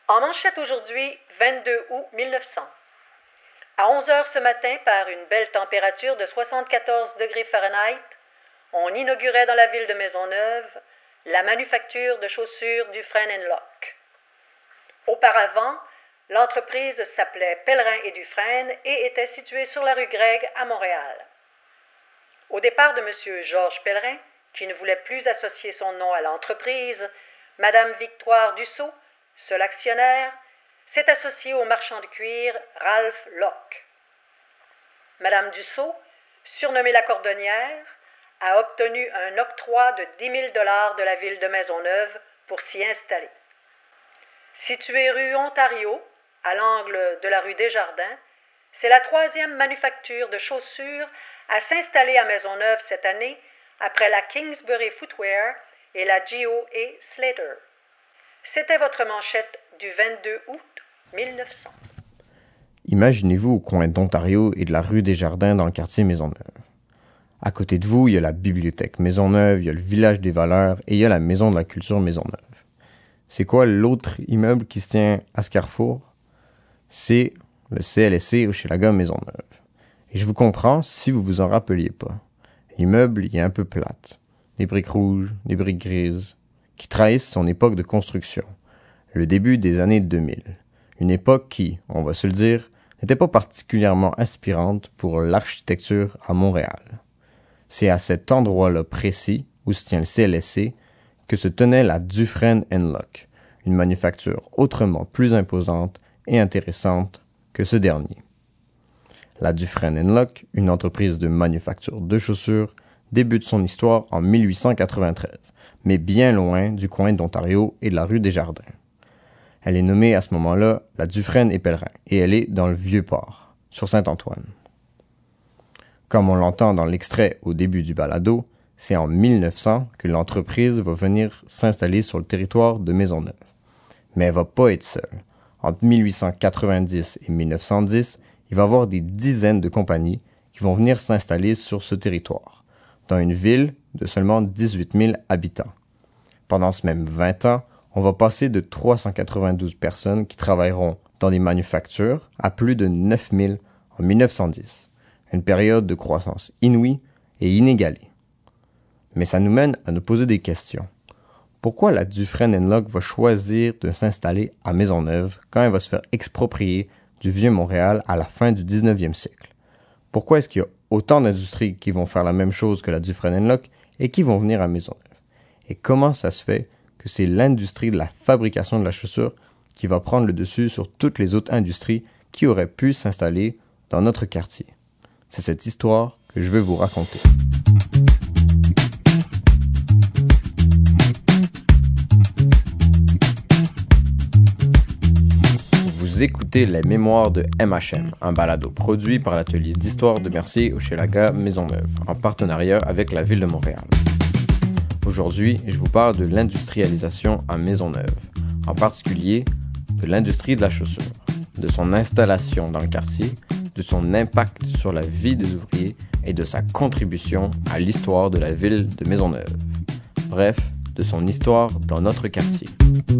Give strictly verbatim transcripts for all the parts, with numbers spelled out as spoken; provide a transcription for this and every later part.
En manchette aujourd'hui, vingt-deux août mille neuf cents. À onze heures ce matin, par une belle température de soixante-quatorze degrés Fahrenheit, on inaugurait dans la ville de Maisonneuve la manufacture de chaussures Dufresne and Locke. Auparavant, l'entreprise s'appelait Pellerin et Dufresne et était située sur la rue Greg à Montréal. Au départ de M. Georges Pellerin, qui ne voulait plus associer son nom à l'entreprise, Mme Victoire Dussault, seul actionnaire, s'est associée au marchand de cuir Ralph Locke. Mme Dussault, surnommée la Cordonnière, a obtenu un octroi de dix mille dollars de la ville de Maisonneuve pour s'y installer. Située rue Ontario, à l'angle de la rue Desjardins, c'est la troisième manufacture de chaussures à s'installer à Maisonneuve cette année, après la Kingsbury Footwear et la Geo et Slater. C'était votre manchette du vingt-deux août mille neuf cents. Imaginez-vous au coin d'Ontario et de la rue Desjardins dans le quartier Maisonneuve. À côté de vous, il y a la bibliothèque Maisonneuve, il y a le village des valeurs et il y a la maison de la culture Maisonneuve. C'est quoi l'autre immeuble qui se tient à ce carrefour? C'est le C L S C Hochelaga Maisonneuve. Et je vous comprends si vous vous en rappeliez pas. L'immeuble il est un peu plate. Des briques rouges, des briques grises, qui trahissent son époque de construction, le début des années deux mille. Une époque qui, on va se le dire, n'était pas particulièrement inspirante pour l'architecture à Montréal. C'est à cet endroit-là précis, où se tient le C L S C, que se tenait la Dufresne and Locke, une manufacture autrement plus imposante et intéressante que ce dernier. La Dufresne and Locke, une entreprise de manufacture de chaussures, débute son histoire en mille huit cent quatre-vingt-treize, mais bien loin du coin d'Ontario et de la rue Desjardins. Elle est nommée à ce moment-là la Dufresne et Pellerin, et elle est dans le Vieux-Port, sur Saint-Antoine. Comme on l'entend dans l'extrait au début du balado, c'est en mille neuf cents que l'entreprise va venir s'installer sur le territoire de Maisonneuve. Mais elle va pas être seule. Entre mille huit cent quatre-vingt-dix et mille neuf cent dix, il va y avoir des dizaines de compagnies qui vont venir s'installer sur ce territoire, dans une ville de seulement dix-huit mille habitants. Pendant ce même vingt ans, on va passer de trois cent quatre-vingt-douze personnes qui travailleront dans des manufactures à plus de neuf mille en mille neuf cent dix. Une période de croissance inouïe et inégalée. Mais ça nous mène à nous poser des questions. Pourquoi la Dufresne and Locke va choisir de s'installer à Maisonneuve quand elle va se faire exproprier du Vieux-Montréal à la fin du dix-neuvième siècle? Pourquoi est-ce qu'il y a autant d'industries qui vont faire la même chose que la Dufresne and Locke et qui vont venir à Maisonneuve? Et comment ça se fait que c'est l'industrie de la fabrication de la chaussure qui va prendre le dessus sur toutes les autres industries qui auraient pu s'installer dans notre quartier? C'est cette histoire que je vais vous raconter. Vous écoutez Les Mémoires de M H M, un balado produit par l'atelier d'histoire de Mercier Hochelaga Maisonneuve, en partenariat avec la ville de Montréal. Aujourd'hui, je vous parle de l'industrialisation à Maisonneuve, en particulier de l'industrie de la chaussure, de son installation dans le quartier, de son impact sur la vie des ouvriers et de sa contribution à l'histoire de la ville de Maisonneuve. Bref, de son histoire dans notre quartier.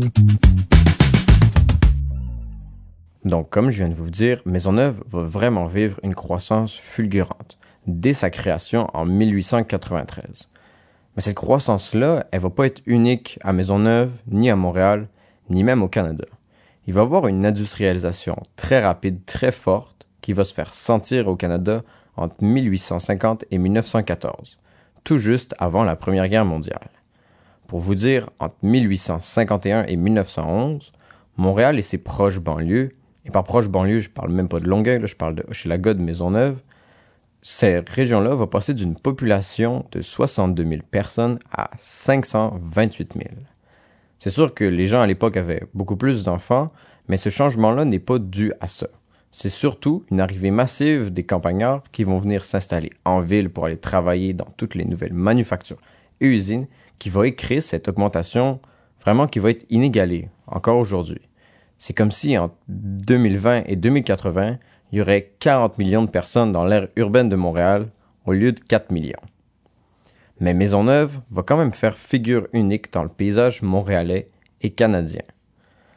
Donc, comme je viens de vous dire, Maisonneuve va vraiment vivre une croissance fulgurante, dès sa création en mille huit cent quatre-vingt-treize. Mais cette croissance-là, elle va pas être unique à Maisonneuve, ni à Montréal, ni même au Canada. Il va y avoir une industrialisation très rapide, très forte, qui va se faire sentir au Canada entre mille huit cent cinquante et mille neuf cent quatorze, tout juste avant la Première Guerre mondiale. Pour vous dire, entre mille huit cent cinquante et un et mille neuf cent onze, Montréal et ses proches banlieues, et par proches banlieues, je parle même pas de Longueuil, là, je parle de Hochelaga, de Maisonneuve, ces régions-là vont passer d'une population de soixante-deux mille personnes à cinq cent vingt-huit mille. C'est sûr que les gens à l'époque avaient beaucoup plus d'enfants, mais ce changement-là n'est pas dû à ça. C'est surtout une arrivée massive des campagnards qui vont venir s'installer en ville pour aller travailler dans toutes les nouvelles manufactures et usines qui va créer cette augmentation vraiment qui va être inégalée encore aujourd'hui. C'est comme si entre deux mille vingt et deux mille quatre-vingts, il y aurait quarante millions de personnes dans l'aire urbaine de Montréal au lieu de quatre millions. Mais Maisonneuve va quand même faire figure unique dans le paysage montréalais et canadien.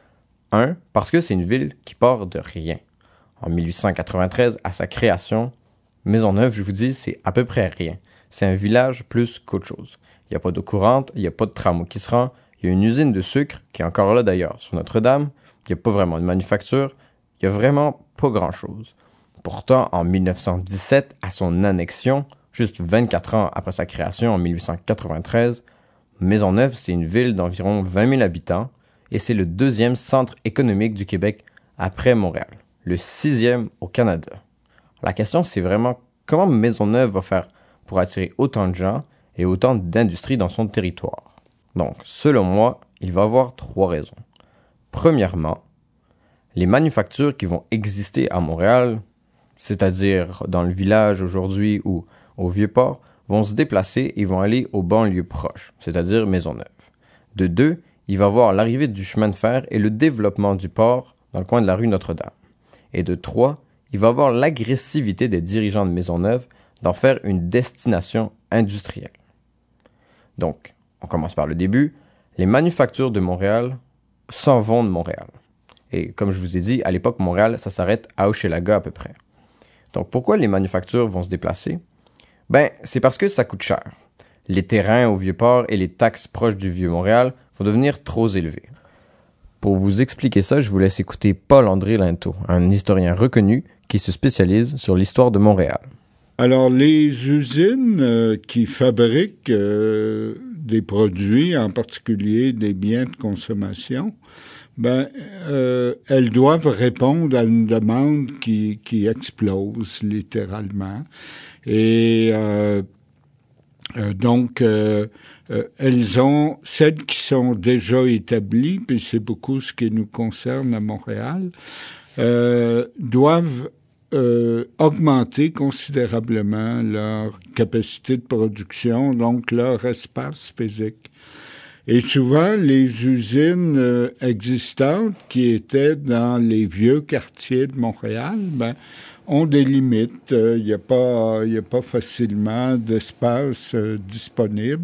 Un, parce que c'est une ville qui part de rien. En mille huit cent quatre-vingt-treize, à sa création, Maisonneuve, je vous dis, c'est à peu près rien. C'est un village plus qu'autre chose. Il n'y a pas d'eau courante, il n'y a pas de tramway qui se rend, il y a une usine de sucre, qui est encore là d'ailleurs, sur Notre-Dame, il n'y a pas vraiment de manufacture, il n'y a vraiment pas grand-chose. Pourtant, en mille neuf cent dix-sept, à son annexion, juste vingt-quatre ans après sa création en mille huit cent quatre-vingt-treize, Maisonneuve, c'est une ville d'environ vingt mille habitants et c'est le deuxième centre économique du Québec après Montréal, le sixième au Canada. La question, c'est vraiment comment Maisonneuve va faire pour attirer autant de gens et autant d'industries dans son territoire. Donc, selon moi, il va y avoir trois raisons. Premièrement, les manufactures qui vont exister à Montréal, c'est-à-dire dans le village aujourd'hui ou au Vieux-Port, vont se déplacer et vont aller aux banlieues proches, c'est-à-dire Maisonneuve. De deux, il va y avoir l'arrivée du chemin de fer et le développement du port dans le coin de la rue Notre-Dame. Et de trois, il va y avoir l'agressivité des dirigeants de Maisonneuve d'en faire une destination industrielle. Donc, on commence par le début. Les manufactures de Montréal s'en vont de Montréal. Et comme je vous ai dit, à l'époque, Montréal, ça s'arrête à Hochelaga à peu près. Donc, pourquoi les manufactures vont se déplacer? Ben, c'est parce que ça coûte cher. Les terrains au Vieux-Port et les taxes proches du Vieux-Montréal vont devenir trop élevés. Pour vous expliquer ça, je vous laisse écouter Paul-André Linteau, un historien reconnu qui se spécialise sur l'histoire de Montréal. Alors, les usines euh, qui fabriquent euh, des produits, en particulier des biens de consommation, ben, euh, elles doivent répondre à une demande qui, qui explose littéralement. Et euh, euh, donc, euh, euh, elles ont, celles qui sont déjà établies, puis c'est beaucoup ce qui nous concerne à Montréal, euh, doivent euh, augmenter considérablement leur capacité de production, donc leur espace physique. Et souvent, les usines euh, existantes qui étaient dans les vieux quartiers de Montréal, ben, ont des limites. Il euh, n'y a pas, il y a pas facilement d'espace euh, disponible.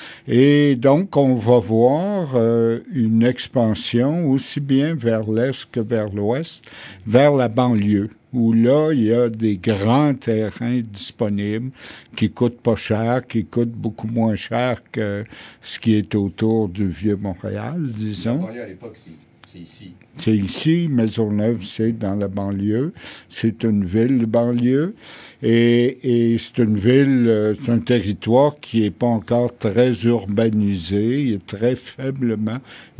Et donc, on va voir euh, une expansion aussi bien vers l'est que vers l'ouest, vers la banlieue, où là, il y a des grands terrains disponibles qui coûtent pas cher, qui coûtent beaucoup moins cher que ce qui est autour du Vieux-Montréal, disons. La banlieue, à l'époque, c'est, c'est ici. C'est ici, Maisonneuve, c'est dans la banlieue. C'est une ville de banlieue. Et, et c'est une ville, c'est un territoire qui n'est pas encore très urbanisé, il est très faiblement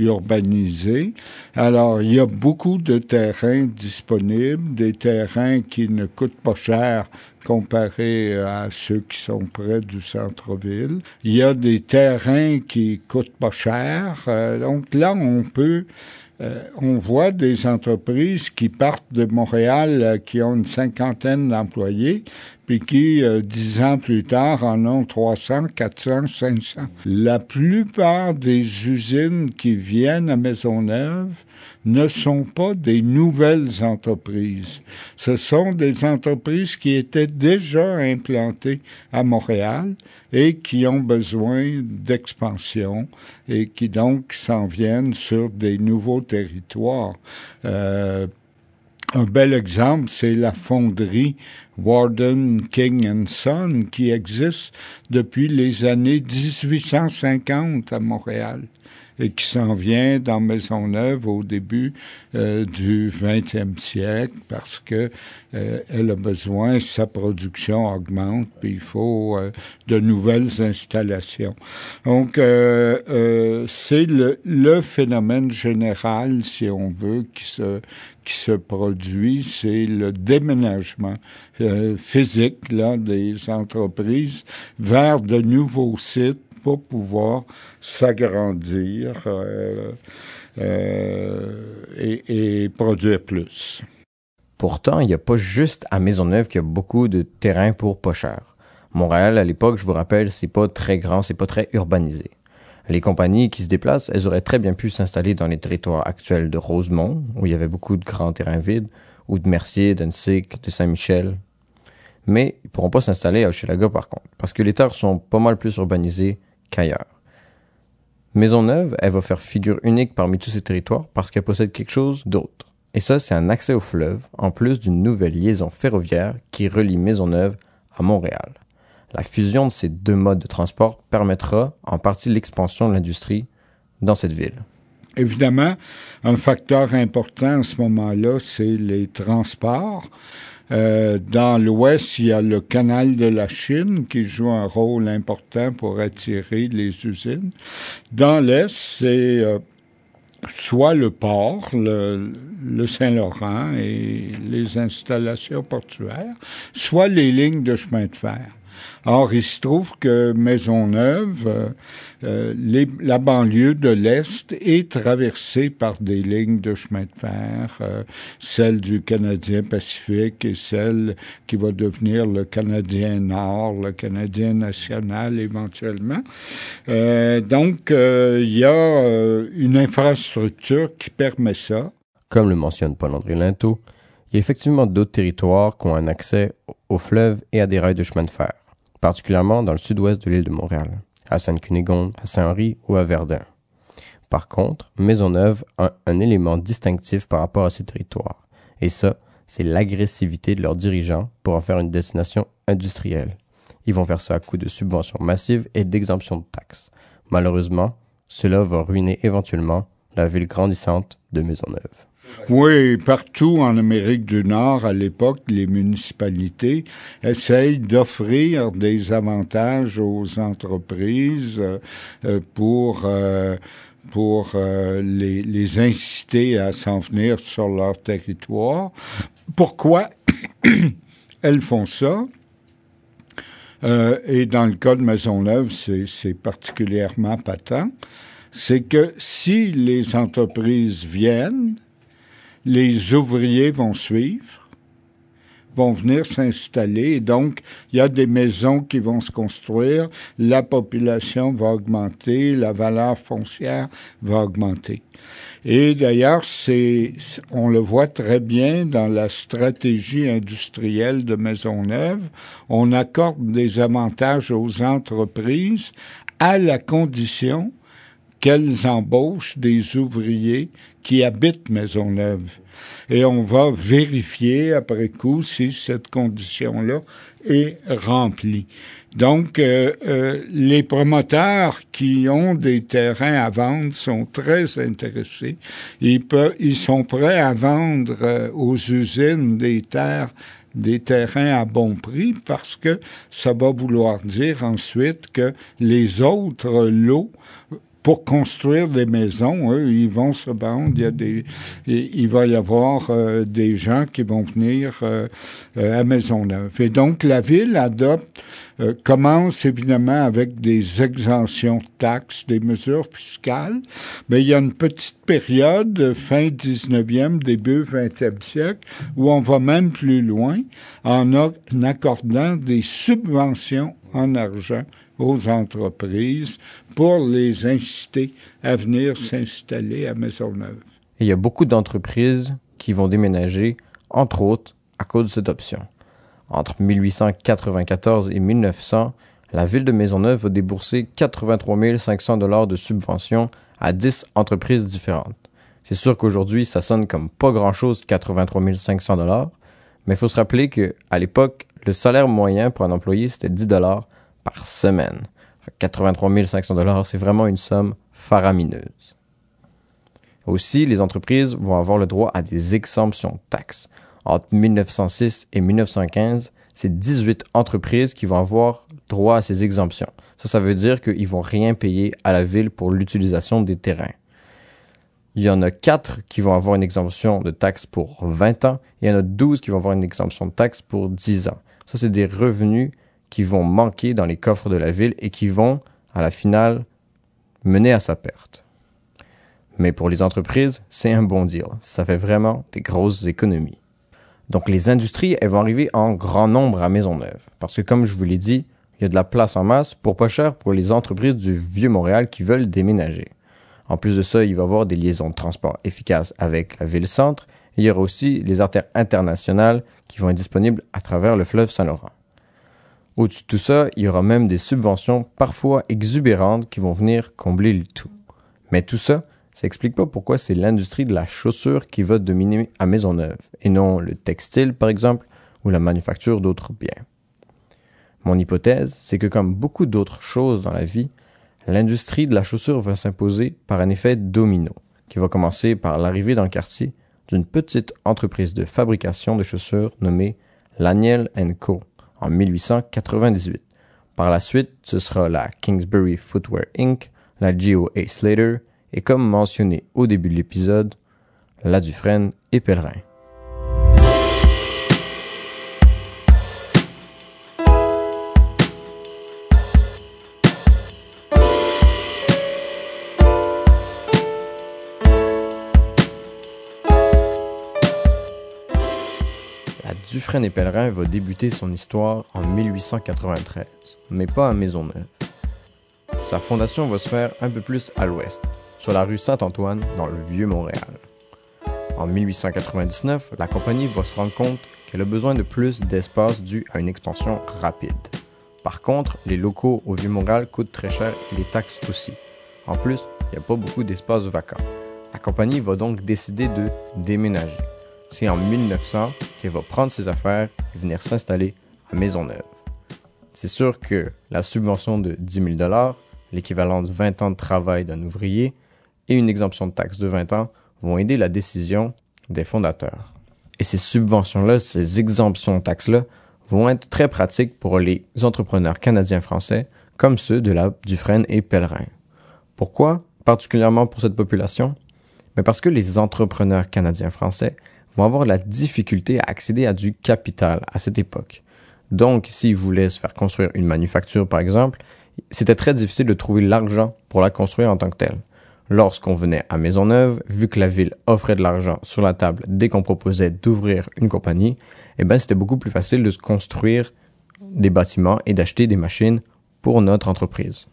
urbanisé. Alors, il y a beaucoup de terrains disponibles, des terrains qui ne coûtent pas cher comparé à ceux qui sont près du centre-ville. Il y a des terrains qui coûtent pas cher. Euh, donc là, on peut... Euh, on voit des entreprises qui partent de Montréal, euh, qui ont une cinquantaine d'employés, puis qui, euh, dix ans plus tard, en ont trois cents, quatre cents, cinq cents. La plupart des usines qui viennent à Maisonneuve ne sont pas des nouvelles entreprises. Ce sont des entreprises qui étaient déjà implantées à Montréal et qui ont besoin d'expansion et qui donc s'en viennent sur des nouveaux territoires. Euh, Un bel exemple, c'est la fonderie Warden, King and Son qui existe depuis les années dix-huit cent cinquante à Montréal et qui s'en vient dans Maisonneuve au début euh, du vingtième siècle parce que euh, elle a besoin, sa production augmente, puis il faut euh, de nouvelles installations. Donc, euh, euh, c'est le, le phénomène général, si on veut, qui se qui se produit, c'est le déménagement euh, physique là, des entreprises vers de nouveaux sites pour pouvoir s'agrandir euh, euh, et, et produire plus. Pourtant, il n'y a pas juste à Maisonneuve qu'il y a beaucoup de terrain pour pas cher. Montréal, à l'époque, je vous rappelle, c'est pas très grand, c'est pas très urbanisé. Les compagnies qui se déplacent, elles auraient très bien pu s'installer dans les territoires actuels de Rosemont, où il y avait beaucoup de grands terrains vides, ou de Mercier, d'Annecy, de Saint-Michel. Mais ils ne pourront pas s'installer à Hochelaga par contre, parce que les terres sont pas mal plus urbanisées qu'ailleurs. Maisonneuve, elle va faire figure unique parmi tous ces territoires parce qu'elle possède quelque chose d'autre. Et ça, c'est un accès au fleuve, en plus d'une nouvelle liaison ferroviaire qui relie Maisonneuve à Montréal. La fusion de ces deux modes de transport permettra en partie l'expansion de l'industrie dans cette ville. Évidemment, un facteur important à ce moment-là, c'est les transports. Euh, dans l'Ouest, il y a le canal de la Chine qui joue un rôle important pour attirer les usines. Dans l'Est, c'est euh, soit le port, le, le Saint-Laurent et les installations portuaires, soit les lignes de chemin de fer. Or, il se trouve que Maisonneuve, euh, euh, les, la banlieue de l'Est est traversée par des lignes de chemin de fer, euh, celle du Canadien Pacifique et celle qui va devenir le Canadien Nord, le Canadien National éventuellement. Euh, donc, euh, il y a euh, une infrastructure qui permet ça. Comme le mentionne Paul-André Linteau, il y a effectivement d'autres territoires qui ont un accès au fleuve et à des rails de chemin de fer, particulièrement dans le sud-ouest de l'île de Montréal, à Sainte-Cunégonde, à Saint-Henri ou à Verdun. Par contre, Maisonneuve a un élément distinctif par rapport à ces territoires, et ça, c'est l'agressivité de leurs dirigeants pour en faire une destination industrielle. Ils vont faire ça à coup de subventions massives et d'exemptions de taxes. Malheureusement, cela va ruiner éventuellement la ville grandissante de Maisonneuve. Oui, partout en Amérique du Nord, à l'époque, les municipalités essayent d'offrir des avantages aux entreprises euh, pour euh, pour euh, les, les inciter à s'en venir sur leur territoire. Pourquoi elles font ça? Euh, et dans le cas de Maisonneuve, c'est, c'est particulièrement patent. C'est que si les entreprises viennent, les ouvriers vont suivre, vont venir s'installer. Et donc, il y a des maisons qui vont se construire, la population va augmenter, la valeur foncière va augmenter. Et d'ailleurs, c'est, on le voit très bien dans la stratégie industrielle de Maisonneuve. On accorde des avantages aux entreprises à la condition qu'elles embauchent des ouvriers qui habitent Maisonneuve. Et on va vérifier après coup si cette condition-là est remplie. Donc, euh, euh, les promoteurs qui ont des terrains à vendre sont très intéressés. Ils, peuvent, ils sont prêts à vendre euh, aux usines des terres des terrains à bon prix parce que ça va vouloir dire ensuite que les autres lots pour construire des maisons, eux, ils vont se vendre. Il y a des, il va y avoir euh, des gens qui vont venir euh, euh, à Maisonneuve. Et donc, la ville adopte, euh, commence évidemment avec des exemptions de taxes, des mesures fiscales, mais il y a une petite période, fin dix-neuvième, début vingtième siècle, où on va même plus loin en, a, en accordant des subventions en argent aux entreprises pour les inciter à venir s'installer à Maisonneuve. Et il y a beaucoup d'entreprises qui vont déménager, entre autres, à cause de cette option. Entre mille huit cent quatre-vingt-quatorze et mille neuf cents, la ville de Maisonneuve va débourser quatre-vingt-trois mille cinq cents dollars de subventions à dix entreprises différentes. C'est sûr qu'aujourd'hui, ça sonne comme pas grand-chose, quatre-vingt-trois mille cinq cents dollars, mais il faut se rappeler qu'à l'époque, le salaire moyen pour un employé, c'était dix dollars par semaine. quatre-vingt-trois mille cinq cents dollars, c'est vraiment une somme faramineuse. Aussi, les entreprises vont avoir le droit à des exemptions de taxes. Entre mille neuf cent six et mille neuf cent quinze, c'est dix-huit entreprises qui vont avoir droit à ces exemptions. Ça, ça veut dire qu'ils vont rien payer à la ville pour l'utilisation des terrains. Il y en a quatre qui vont avoir une exemption de taxes pour vingt ans et il y en a douze qui vont avoir une exemption de taxes pour dix ans. Ça, c'est des revenus qui vont manquer dans les coffres de la ville et qui vont, à la finale, mener à sa perte. Mais pour les entreprises, c'est un bon deal. Ça fait vraiment des grosses économies. Donc les industries, elles vont arriver en grand nombre à Maisonneuve. Parce que comme je vous l'ai dit, il y a de la place en masse pour pas cher pour les entreprises du Vieux-Montréal qui veulent déménager. En plus de ça, il va y avoir des liaisons de transport efficaces avec la ville-centre. Et il y aura aussi les artères internationales qui vont être disponibles à travers le fleuve Saint-Laurent. Au-dessus de tout ça, il y aura même des subventions parfois exubérantes qui vont venir combler le tout. Mais tout ça, ça explique pas pourquoi c'est l'industrie de la chaussure qui va dominer à Maisonneuve, et non le textile, par exemple, ou la manufacture d'autres biens. Mon hypothèse, c'est que comme beaucoup d'autres choses dans la vie, l'industrie de la chaussure va s'imposer par un effet domino, qui va commencer par l'arrivée dans le quartier d'une petite entreprise de fabrication de chaussures nommée Laniel and Co. en mille huit cent quatre-vingt-dix-huit. Par la suite, ce sera la Kingsbury Footwear Incorporated, la G O A Slater, et comme mentionné au début de l'épisode, la Dufresne et Pellerin. La Dufresne et Pellerin va débuter son histoire en mille huit cent quatre-vingt-treize, mais pas à Maisonneuve. Sa fondation va se faire un peu plus à l'ouest, sur la rue Saint-Antoine, dans le Vieux-Montréal. En mille huit cent quatre-vingt-dix-neuf, la compagnie va se rendre compte qu'elle a besoin de plus d'espace dû à une expansion rapide. Par contre, les locaux au Vieux-Montréal coûtent très cher et les taxes aussi. En plus, il n'y a pas beaucoup d'espace vacant. La compagnie va donc décider de déménager. C'est en mille neuf cents qu'elle va prendre ses affaires et venir s'installer à Maisonneuve. C'est sûr que la subvention de dix mille dollars, l'équivalent de vingt ans de travail d'un ouvrier, et une exemption de taxes de vingt ans vont aider la décision des fondateurs. Et ces subventions-là, ces exemptions de taxes-là, vont être très pratiques pour les entrepreneurs canadiens-français, comme ceux de la Dufresne et Pellerin. Pourquoi, particulièrement pour cette population? Mais parce que les entrepreneurs canadiens-français vont avoir la difficulté à accéder à du capital à cette époque. Donc, s'ils voulaient se faire construire une manufacture, par exemple, c'était très difficile de trouver l'argent pour la construire en tant que telle. Lorsqu'on venait à Maisonneuve, vu que la ville offrait de l'argent sur la table dès qu'on proposait d'ouvrir une compagnie, eh ben, c'était beaucoup plus facile de se construire des bâtiments et d'acheter des machines pour notre entreprise.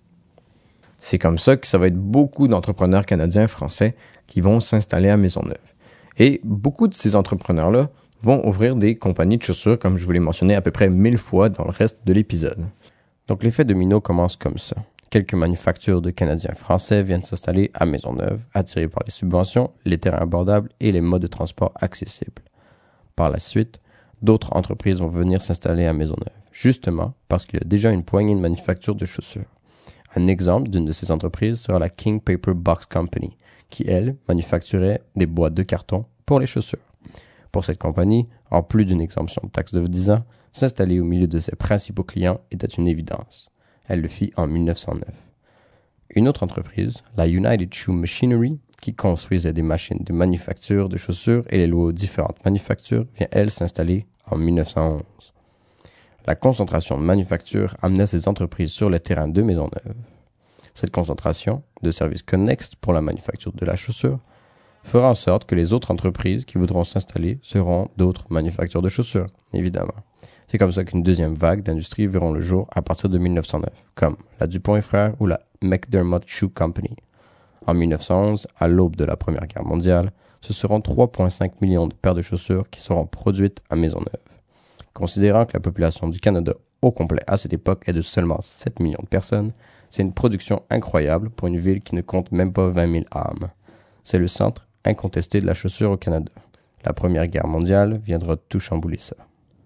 C'est comme ça que ça va être beaucoup d'entrepreneurs canadiens français qui vont s'installer à Maisonneuve. Et beaucoup de ces entrepreneurs-là vont ouvrir des compagnies de chaussures, comme je vous l'ai mentionné à peu près mille fois dans le reste de l'épisode. Donc l'effet domino commence comme ça. Quelques manufactures de Canadiens français viennent s'installer à Maisonneuve, attirés par les subventions, les terrains abordables et les modes de transport accessibles. Par la suite, d'autres entreprises vont venir s'installer à Maisonneuve, justement parce qu'il y a déjà une poignée de manufactures de chaussures. Un exemple d'une de ces entreprises sera la King Paper Box Company, qui, elle, manufacturait des boîtes de carton pour les chaussures. Pour cette compagnie, en plus d'une exemption de taxe de dix ans, s'installer au milieu de ses principaux clients était une évidence. Elle le fit en mille neuf cent neuf. Une autre entreprise, la United Shoe Machinery, qui construisait des machines de manufacture de chaussures et les lois aux différentes manufactures, vient elle s'installer en mille neuf cent onze. La concentration de manufactures amenait ces entreprises sur le terrain de Maisonneuve. Cette concentration de services connexes pour la manufacture de la chaussure fera en sorte que les autres entreprises qui voudront s'installer seront d'autres manufactures de chaussures, évidemment. C'est comme ça qu'une deuxième vague d'industries verront le jour à partir de mille neuf cent neuf, comme la Dupont et Frères ou la McDermott Shoe Company. En mille neuf cent onze, à l'aube de la Première Guerre mondiale, ce seront trois virgule cinq millions de paires de chaussures qui seront produites à Maisonneuve. Considérant que la population du Canada au complet à cette époque est de seulement sept millions de personnes, c'est une production incroyable pour une ville qui ne compte même pas vingt mille âmes. C'est le centre incontesté de la chaussure au Canada. La Première Guerre mondiale viendra tout chambouler ça.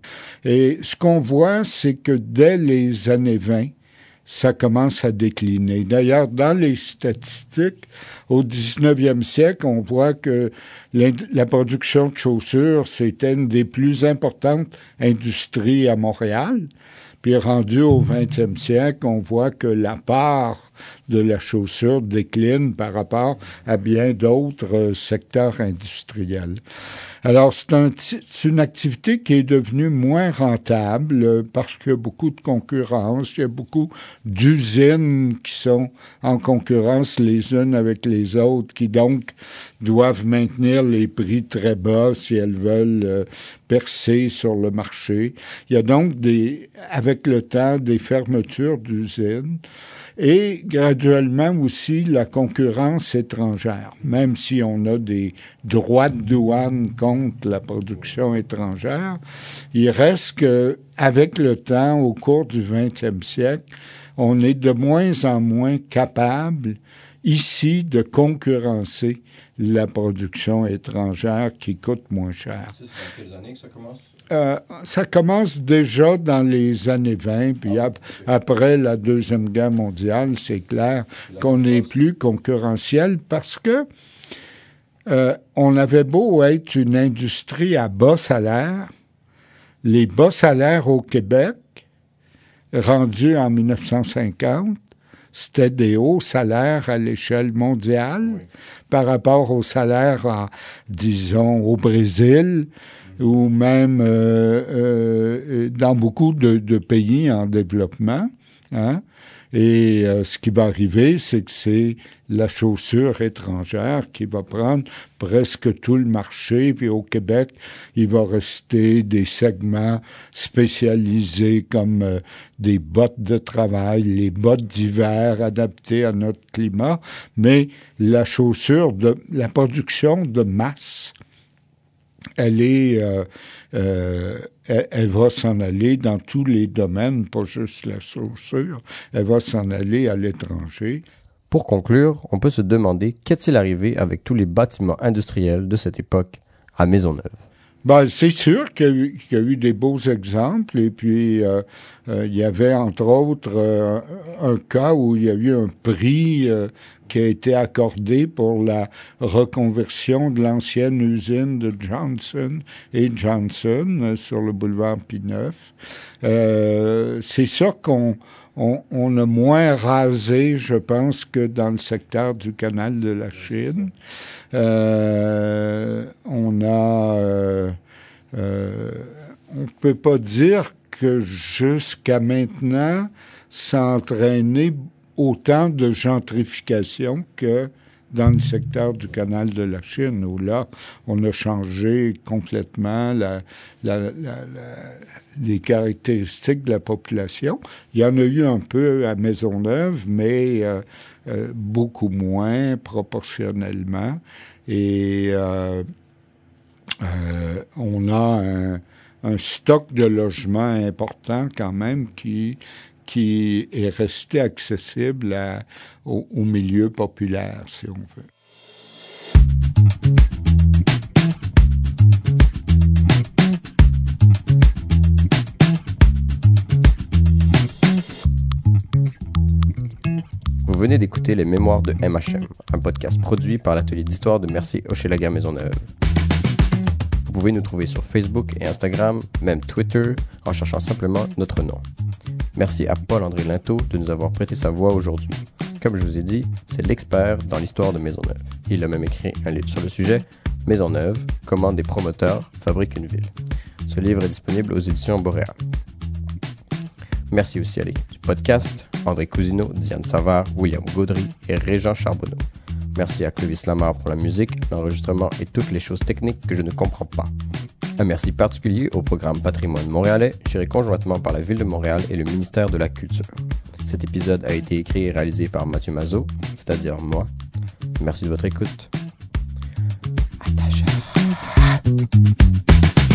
Et ce qu'on voit, c'est que dès les années vingt, ça commence à décliner. D'ailleurs, dans les statistiques, au dix-neuvième siècle, on voit que la production de chaussures, c'était une des plus importantes industries à Montréal. Puis rendu au vingtième siècle, on voit que la part de la chaussure décline par rapport à bien d'autres secteurs industriels. Alors, c'est, un, c'est une activité qui est devenue moins rentable parce qu'il y a beaucoup de concurrence, il y a beaucoup d'usines qui sont en concurrence les unes avec les autres, qui donc doivent maintenir les prix très bas si elles veulent euh, percer sur le marché. Il y a donc, des, avec le temps, des fermetures d'usines. Et graduellement aussi la concurrence étrangère, même si on a des droits de douane contre la production étrangère, il reste qu'avec le temps, au cours du vingtième siècle, on est de moins en moins capable ici de concurrencer la production étrangère qui coûte moins cher. C'est dans quelles années que ça commence? Euh, ça commence déjà dans les années vingt, puis ah, ap- okay. après la Deuxième Guerre mondiale, c'est clair la qu'on n'est plus concurrentiel parce que euh, on avait beau être une industrie à bas salaire, les bas salaires au Québec, rendus en mille neuf cent cinquante, c'était des hauts salaires à l'échelle mondiale oui. par rapport aux salaires, en, disons, au Brésil mmh. ou même euh, euh, dans beaucoup de, de pays en développement. Hein? Et euh, ce qui va arriver, c'est que c'est la chaussure étrangère qui va prendre presque tout le marché. Puis au Québec, il va rester des segments spécialisés comme euh, des bottes de travail, les bottes d'hiver adaptées à notre climat. Mais la chaussure, de la production de masse, elle est... Euh, euh, elle, elle va s'en aller dans tous les domaines, pas juste la chaussure. Elle va s'en aller à l'étranger. Pour conclure, on peut se demander qu'est-il arrivé avec tous les bâtiments industriels de cette époque à Maisonneuve? Ben, c'est sûr qu'il y a eu, qu'il y a eu des beaux exemples et puis euh, euh, il y avait entre autres euh, un cas où il y a eu un prix euh, qui a été accordé pour la reconversion de l'ancienne usine de Johnson et Johnson euh, sur le boulevard P-neuf. Euh, c'est ça qu'on on, on a moins rasé, je pense, que dans le secteur du canal de la Chine. Euh, on a... Euh, euh, on ne peut pas dire que jusqu'à maintenant, ça a entraîné autant de gentrification que dans le secteur du canal de la Chine, où là, on a changé complètement la, la, la, la, les caractéristiques de la population. Il y en a eu un peu à Maisonneuve, mais euh, euh, beaucoup moins proportionnellement. Et euh, euh, on a un, un stock de logements important quand même qui... qui est resté accessible à, au, au milieu populaire, si on veut. Vous venez d'écouter Les Mémoires de M H M, un podcast produit par l'atelier d'histoire de Mercier-Hochelaga Maisonneuve. Vous pouvez nous trouver sur Facebook et Instagram, même Twitter, en cherchant simplement notre nom. Merci à Paul-André Linteau de nous avoir prêté sa voix aujourd'hui. Comme je vous ai dit, c'est l'expert dans l'histoire de Maisonneuve. Il a même écrit un livre sur le sujet, Maisonneuve, comment des promoteurs fabriquent une ville. Ce livre est disponible aux éditions Boréal. Merci aussi à l'équipe du podcast, André Cousineau, Diane Savard, William Gaudry et Régent Charbonneau. Merci à Clovis Lamarre pour la musique, l'enregistrement et toutes les choses techniques que je ne comprends pas. Un merci particulier au programme Patrimoine montréalais, géré conjointement par la Ville de Montréal et le ministère de la Culture. Cet épisode a été écrit et réalisé par Mathieu Mazot, c'est-à-dire moi. Merci de votre écoute. Attacha.